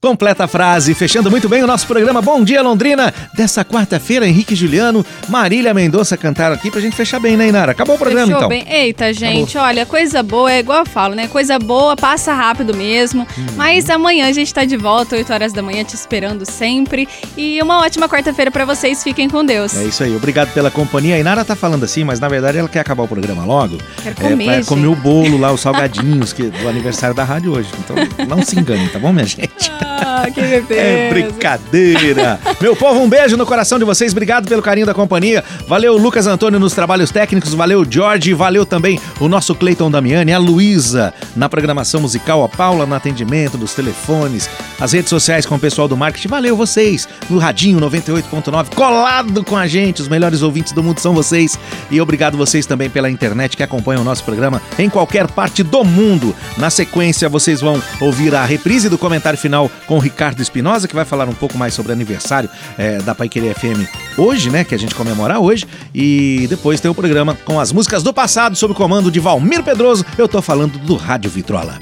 Completa a frase, fechando muito bem o nosso programa Bom Dia Londrina, dessa quarta-feira. Henrique e Juliano, Marília Mendonça cantaram aqui pra gente fechar bem, né, Inara? Acabou o programa, Fechou então. Bem. Eita, gente, Acabou. Olha, coisa boa, é igual eu falo, né? Coisa boa passa rápido mesmo, mas amanhã a gente tá de volta, 8 horas da manhã, te esperando sempre. E uma ótima quarta-feira pra vocês, fiquem com Deus. É isso aí, obrigado pela companhia. A Inara tá falando assim, mas na verdade ela quer acabar o programa logo. Quer comer, pra comer gente. o bolo lá, os salgadinhos do aniversário da rádio hoje. Então não se engane, tá bom, minha gente? Ah, que beleza. É brincadeira. Meu povo, um beijo no coração de vocês. Obrigado pelo carinho da companhia. Valeu, Lucas Antônio nos trabalhos técnicos. Valeu, Jorge. Valeu também o nosso Cleiton Damiani, a Luísa na programação musical, a Paula no atendimento dos telefones, as redes sociais com o pessoal do marketing. Valeu vocês no Radinho 98.9, colado com a gente. Os melhores ouvintes do mundo são vocês. E obrigado vocês também pela internet que acompanham o nosso programa em qualquer parte do mundo. Na sequência, vocês vão ouvir a reprise do comentário final com o Ricardo Espinosa, que vai falar um pouco mais sobre o aniversário da Paiquerê FM hoje, né? Que a gente comemora hoje. E depois tem o programa com as músicas do passado, sob o comando de Valmir Pedroso. Eu tô falando do Rádio Vitrola.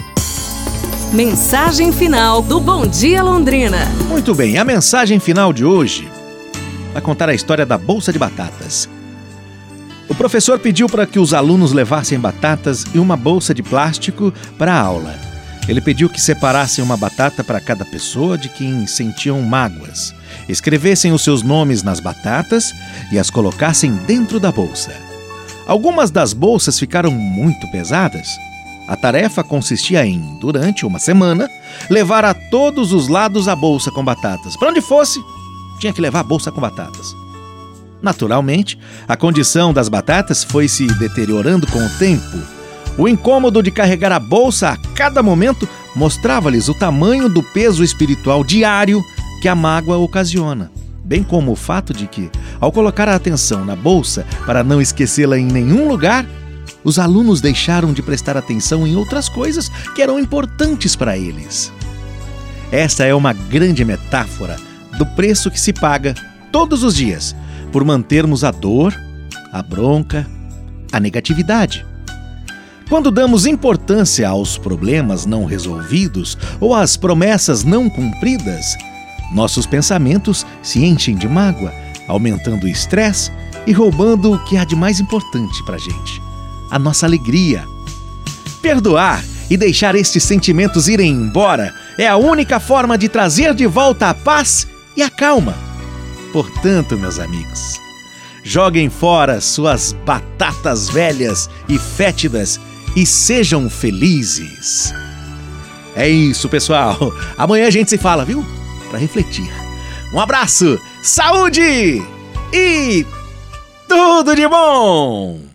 Mensagem final do Bom Dia Londrina. Muito bem, a mensagem final de hoje vai contar a história da bolsa de batatas. O professor pediu para que os alunos levassem batatas e uma bolsa de plástico para a aula. Ele pediu que separassem uma batata para cada pessoa de quem sentiam mágoas, escrevessem os seus nomes nas batatas e as colocassem dentro da bolsa. Algumas das bolsas ficaram muito pesadas. A tarefa consistia em, durante uma semana, levar a todos os lados a bolsa com batatas. Para onde fosse, tinha que levar a bolsa com batatas. Naturalmente, a condição das batatas foi se deteriorando com o tempo. O incômodo de carregar a bolsa a cada momento mostrava-lhes o tamanho do peso espiritual diário que a mágoa ocasiona, bem como o fato de que, ao colocar a atenção na bolsa para não esquecê-la em nenhum lugar, os alunos deixaram de prestar atenção em outras coisas que eram importantes para eles. Esta é uma grande metáfora do preço que se paga todos os dias por mantermos a dor, a bronca, a negatividade. Quando damos importância aos problemas não resolvidos ou às promessas não cumpridas, nossos pensamentos se enchem de mágoa, aumentando o estresse e roubando o que há de mais importante para a gente: a nossa alegria. Perdoar e deixar estes sentimentos irem embora é a única forma de trazer de volta a paz e a calma. Portanto, meus amigos, joguem fora suas batatas velhas e fétidas e sejam felizes. É isso, pessoal. Amanhã a gente se fala, viu? Para refletir. Um abraço, saúde e tudo de bom!